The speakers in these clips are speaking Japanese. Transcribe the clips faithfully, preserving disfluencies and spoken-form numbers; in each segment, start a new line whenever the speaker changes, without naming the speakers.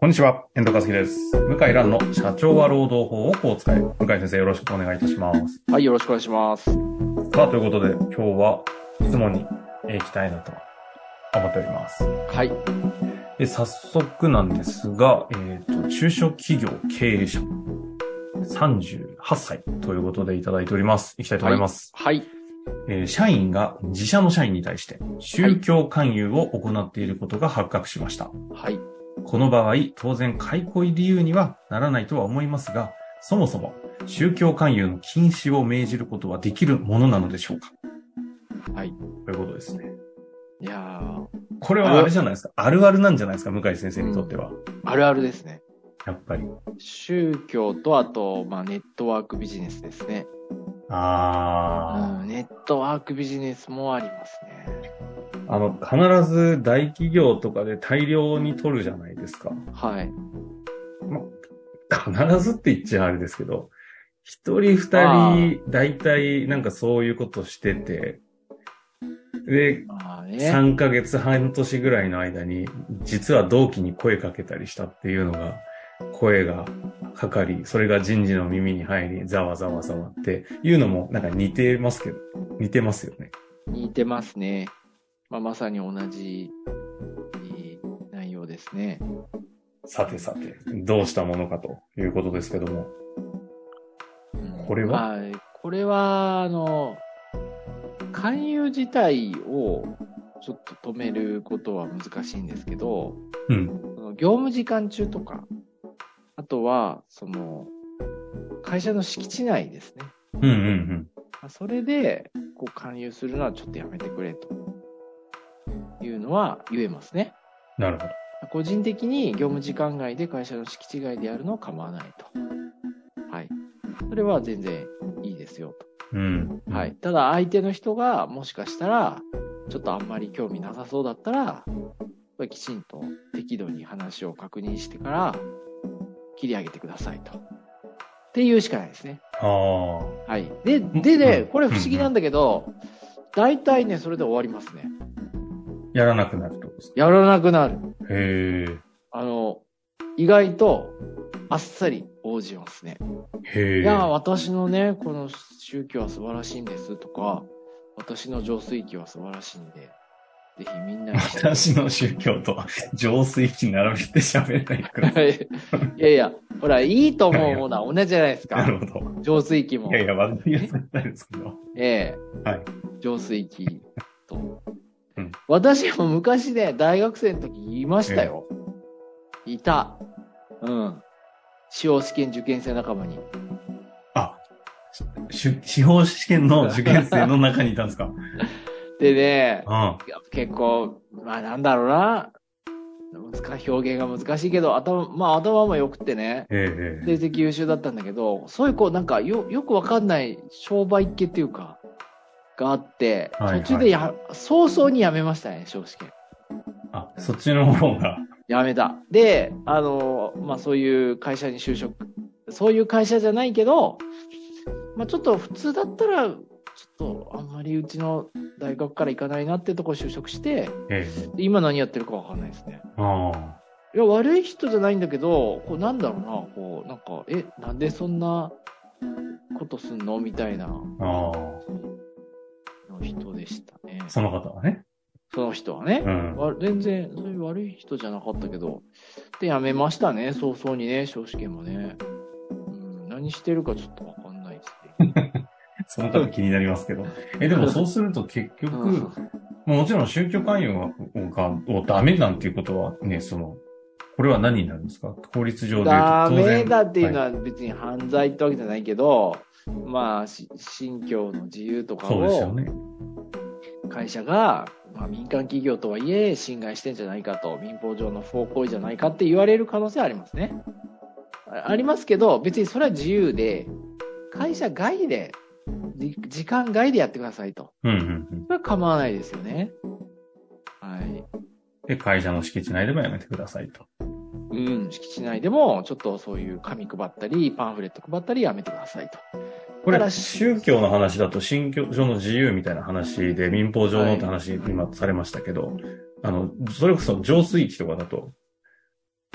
こんにちは、遠藤和樹です。向井蘭の社長は労働法をこう使え。向井先生、よろしくお願いいたします。
はい、よろしくお願いします。
さあ、ということで、今日は質問に行きたいなと思っております。
はい。
で、早速なんですが、えっと、中小企業経営者、さんじゅうはっさいということでいただいております。行きたいと思います。
はい。はい、
えー、社員が自社の社員に対して宗教勧誘を行っていることが発覚しました。
はい。
この場合、当然解雇理由にはならないとは思いますが、そもそも宗教勧誘の禁止を命じることはできるものなのでしょうか？
はい。
ということですね。
いやー。
これはあれじゃないですか。あるあるなんじゃないですか、向井先生にとっては。うん、
あるあるですね。
やっぱり。
宗教と、あと、まあ、ネットワークビジネスですね。
あー、
うん。ネットワークビジネスもありますね。
あの、必ず大企業とかで大量に取るじゃないですか。
はい。
ま、必ずって言っちゃあれですけど、一人二人、大体なんかそういうことしてて、で、ね、さんかげつ、半年ぐらいの間に、実は同期に声かけたりしたっていうのが、声がかかり、それが人事の耳に入り、ざわざわざわっていうのもなんか似てますけど、似てますよね。
似てますね。まあ、まさに同じ内容ですね。
さてさて、どうしたものかということですけども。うん、これは、
はい、これは、あの、勧誘自体をちょっと止めることは難しいんですけど、
うん、
業務時間中とか、あとは、その、会社の敷地内ですね。
うんうんうん、
それで、こう、勧誘するのはちょっとやめてくれというのは言えますね。
なるほど。
個人的に業務時間外で会社の敷地外でやるのは構わないと。はい。それは全然いいですよと。
うんうん、
はい。ただ相手の人がもしかしたら、ちょっとあんまり興味なさそうだったら、きちんと適度に話を確認してから切り上げてくださいと。っていうしかないですね。
ああ。
はい。で、でね、これ不思議なんだけど、大体ね、それで終わりますね。
やらなくなるってことですか？
やらなくなる。
へえ。
あの、意外とあっさり応じますね。
へえ。
いや、私のね、この宗教は素晴らしいんですとか、私の浄水器は素晴らしいんで、ぜひみんなに。
私の宗教と浄水器並べて喋らないくらい。
いやいや、ほら、いいと思うものは同じじゃないですか。
なるほど。
浄水器も。
いやいや、悪いやつじゃないですけど。
ええ。
はい。
浄水器と。
うん、
私も昔ね、大学生の時いましたよ。ええ、いた。うん。司法試験受験生仲間に。
あ、司法試験の受験生の中にいたんですか？
でね、
うん、
結構、まあなんだろうな。難しい表現が難しいけど、頭、まあ頭も良くてね。
ええ、
成績優秀だったんだけど、そういうこうなんかよ、よくわかんない商売っ気っていうか、があって、はいはい、途中でや、早々にやめましたね、司法試験。
あ、そっちの方が。
やめた。で、あの、まあそういう会社に就職、そういう会社じゃないけど、まあちょっと普通だったら、ちょっとあんまりうちの大学から行かないなってところ就職して、
ええ、
で今何やってるかわかんないですね。
ああ。
いや、悪い人じゃないんだけど、こうなんだろうな、こう、なんか、え、なんでそんなことすんのみたいな、
ああ。
の人でしたね。
その方はね。
その人はね。
うん、
全然、そういう悪い人じゃなかったけど、で、辞めましたね、早々にね、司法試験もね。うん、何してるかちょっとわかんないですね。
その方気になりますけど。え、でもそうすると結局、うん、もちろん宗教勧誘が、をダメなんていうことはね、その、これは何になるんですか？法律上で言うと
ダメだっていうのは別に犯罪ってわけじゃないけど、はい、まあ、信教の自由とかを、
そうですよね。
会社が、まあ、民間企業とはいえ侵害してんじゃないかと、民法上の不法行為じゃないかって言われる可能性はありますね。ありますけど、別にそれは自由で、会社外で、時間外でやってくださいと。
うんうんうん。
それは構わないですよね。はい。
で、会社の敷地内でもやめてくださいと。
うん、敷地内でも、ちょっとそういう紙配ったり、パンフレット配ったりやめてくださいと。
これ、宗教の話だと、信教上の自由みたいな話で、民法上のって話、今されましたけど、はい、あの、それこそ浄水器とかだと、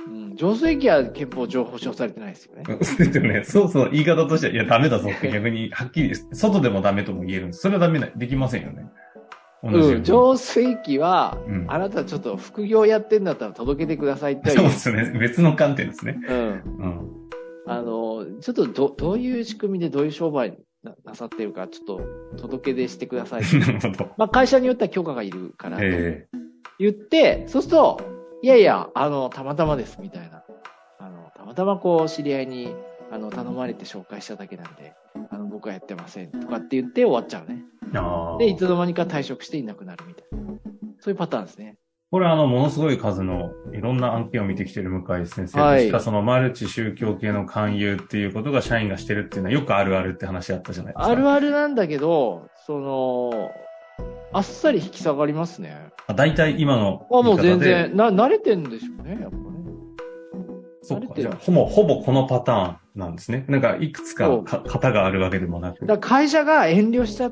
うん。浄水器は憲法上保障されてないですよね。
ですよね。そうそう、言い方としては、いや、ダメだぞって逆に、はっきり、外でもダメとも言えるんです。それはダメな、できませんよね。同じように。
うん。浄水器は、
うん、
あなたちょっと副業やってんだったら届けてくださいって
言う。そうですね。別の観点ですね。
うん。う
ん。
あの、ちょっとど、どういう仕組みでどういう商売な, なさってるか、ちょっと届け出してください。
なるほど。
まあ、会社によっては許可がいるから、
ええー。
言って、そうすると、いやいや、あの、たまたまです、みたいな。あの、たまたまこう、知り合いに、あの、頼まれて紹介しただけなんで、あの、僕はやってません、とかって言って終わっちゃうね。で、いつの間にか退職していなくなるみたいな。そういうパターンですね。
これはあの、ものすごい数のいろんな案件を見てきている向井先生ですが、はい、そのマルチ宗教系の勧誘っていうことが社員がしてるっていうのはよくあるあるって話あったじゃないですか。
あるあるなんだけど、その、あっさり引き下がりますね。
だいたい今の
言い方で。あ、もう全然、な、慣れてんでしょうね、やっぱね。
そうか。じゃあ、ほぼ、ほぼこのパターンなんですね。なんか、いくつかか型があるわけでもなく。
だから会社が遠慮しちゃって、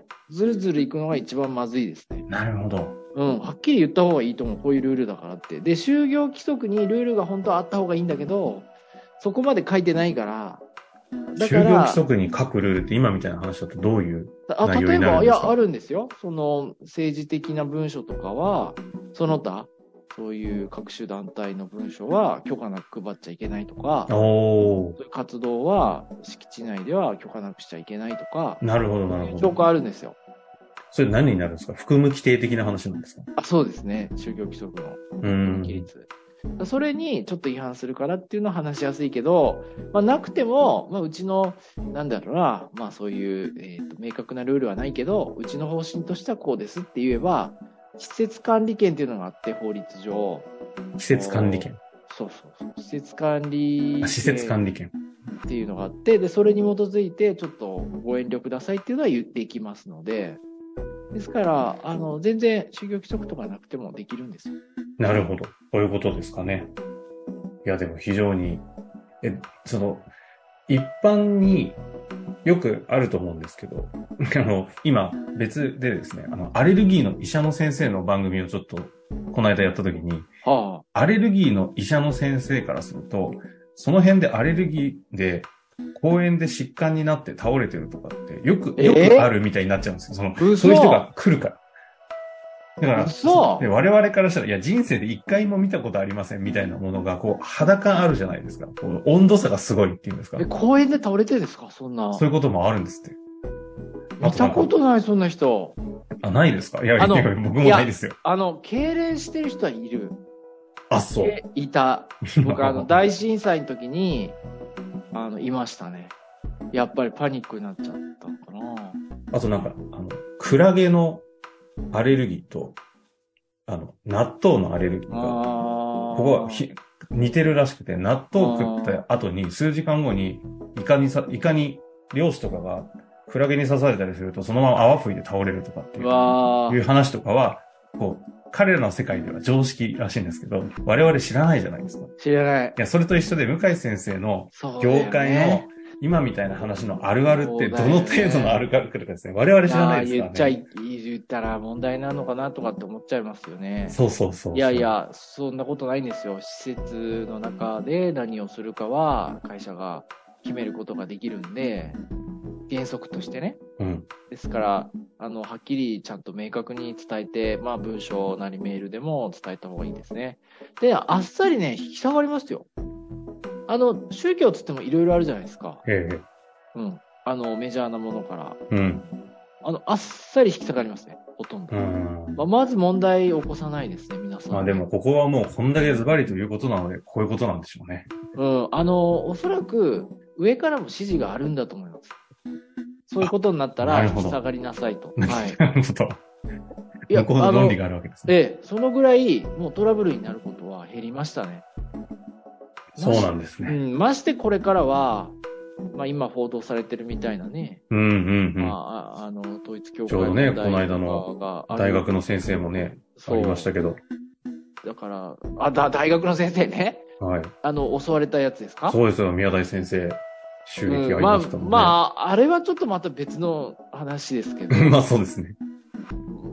ずるずる行くのが一番まずいですね。
なるほど。
うん。はっきり言った方がいいと思う。こういうルールだからって。で、就業規則にルールが本当はあった方がいいんだけど、そこまで書いてないから、
だから就業規則に書くルールって今みたいな話だとどういう内容になるんですか？
あ、例えば、いや、あるんですよ。その、政治的な文書とかは、その他、そういう各種団体の文書は許可なく配っちゃいけないとか、
お
そういう活動は敷地内では許可なくしちゃいけないとか、
なるほど、なるほど。
証拠あるんですよ。
それ何になるんですか？含む規定的な話なんですか？
あ、そうですね。就業規則の規律。それにちょっと違反するからっていうのは話しやすいけど、まあなくても、まあうちの、なんだろうな、まあそういう、えっと、明確なルールはないけど、うちの方針としてはこうですって言えば、施設管理権っていうのがあって、法律上。
施設管理権。
そうそうそう。施設管理。
施設管理権。
っていうのがあって、で、それに基づいて、ちょっとご遠慮くださいっていうのは言っていきますので、ですから、あの、全然就業規則とかなくてもできるんですよ。
なるほど。こういうことですかね。いや、でも非常に、え、その、一般によくあると思うんですけど、あの、今別でですね、あの、アレルギーの医者の先生の番組をちょっと、この間やった時に、はあ、アレルギーの医者の先生からすると、その辺でアレルギーで、公園で疾患になって倒れてるとかって、よく、よくあるみたいになっちゃうんですよ。その、そういう人が来るから。だから、で我々からしたら、いや、人生で一回も見たことありませんみたいなものが、こう、肌感あるじゃないですか。こう温度差がすごいっていうんですか。
え、公園で倒れてるんですか？そんな。
そういうこともあるんですって。
見たことない、そんな人。
あ、ないですか？いや、いや僕もないですよ。
あの、痙攣してる人はいる。
あ、そう。
いた。僕、あの、大震災の時に、あの、いましたね。やっぱりパニックになっちゃったのかな。
あとなんか、あの、クラゲのアレルギーと、あの、納豆のアレルギーが、ここはひ似てるらしくて、納豆食った後に、数時間後に、イカにさ、イカに漁師とかが、クラゲに刺されたりすると、そのまま泡吹いて倒れるとかっていう、いう話とかは、こう、彼らの世界では常識らしいんですけど、我々知らないじゃないですか。
知らない。
いや、それと一緒で、向井先生の業界の今みたいな話のあるあるってどの程度のあるあるかですね。我々知らないですからね。
言っちゃい、言ったら問題なのかなとかって思っちゃいますよね。
そうそうそうそう。
いやいや、そんなことないんですよ。施設の中で何をするかは会社が決めることができるんで、原則としてね。
うん。
ですから、あの、はっきりちゃんと明確に伝えて、まあ文章なりメールでも伝えた方がいいですね。で、あっさりね、引き下がりますよ。あの、宗教つってもいろいろあるじゃないですか。
ええ。
うん。あの、メジャーなものから。
うん。
あの、あっさり引き下がりますね。ほとんど。
うん
まあ、まず問題を起こさないですね、皆さん。
まあでも、ここはもうこんだけズバリということなので、こういうことなんでしょうね。
うん。あの、おそらく、上からも指示があるんだと思います。そういうことになったら、引き下がりなさいと。はい。
なるほど。いや、向こうの論理があるわけですね。
ええ、そのぐらい、もうトラブルになることは減りましたね。
そうなんですね。
うん。ましてこれからは、まあ今報道されてるみたいなね。
うんうんうん。
まあ、あの、統一教会
ちょうどね、この間の大学の先生もね、ありましたけど。
だから、あ、だ、大学の先生ね。
はい。
あの、襲われたやつですか？
そうですよ、宮台先生。襲撃ありましたもんね。
うん、まあ、まあ、あれはちょっとまた別の話ですけど。
まあそうですね。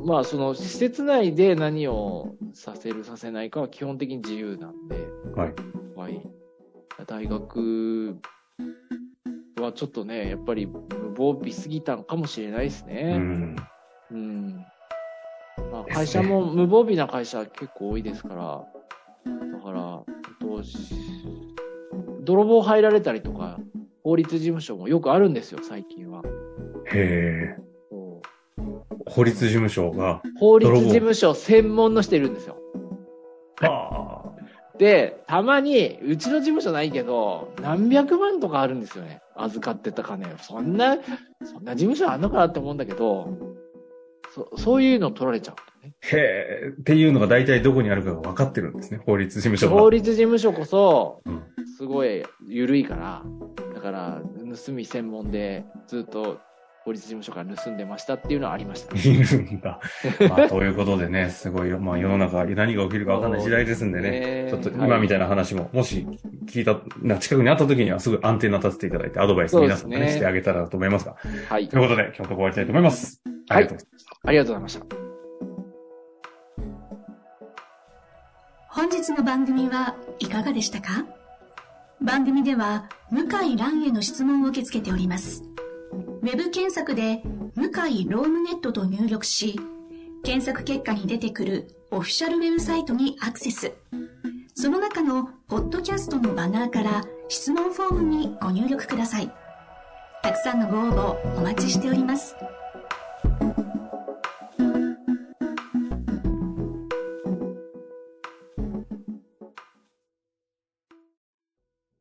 まあ、その施設内で何をさせる、させないかは基本的に自由なんで、
はい。
はい。大学はちょっとね、やっぱり無防備すぎたんかもしれないですね。
うん。
うん。まあ、会社も無防備な会社結構多いですから、だから、と泥棒入られたりとか、法律事務所もよくあるんですよ、最近は。
へえ。法律事務所が。
法律事務所専門の人いるんですよ。
はあ。
で、たまに、うちの事務所ないけど、何百万とかあるんですよね。預かってた金。そんな、そんな事務所あんのかなって思うんだけど、そそういうの取られちゃう、ね。
へえ。っていうのが大体どこにあるかが分かってるんですね。法律事務所が。
法律事務所こそ
うん、
すごい緩いから、だから、盗み専門でずっと法律事務所から盗んでましたっていうのはありました、ね。
いるんだ。まあ、ということでね、すごい、まあ世の中何が起きるか分かんない時代ですんでね、ねちょっと今みたいな話も、はい、もし聞いた、な近くにあった時にはすぐアンテナ立てていただいて、アドバイス皆さんがね、ねしてあげたらと思いますが。はい。ということで、今日のところ終わりたいと思います。ありがとうございました。
はい、ありがとうございました。
本日の番組はいかがでしたか？番組では向井蘭への質問を受け付けております。ウェブ検索で向井ロームネットと入力し、検索結果に出てくるオフィシャルウェブサイトにアクセス。その中のポッドキャストのバナーから質問フォームにご入力ください。たくさんのご応募お待ちしております。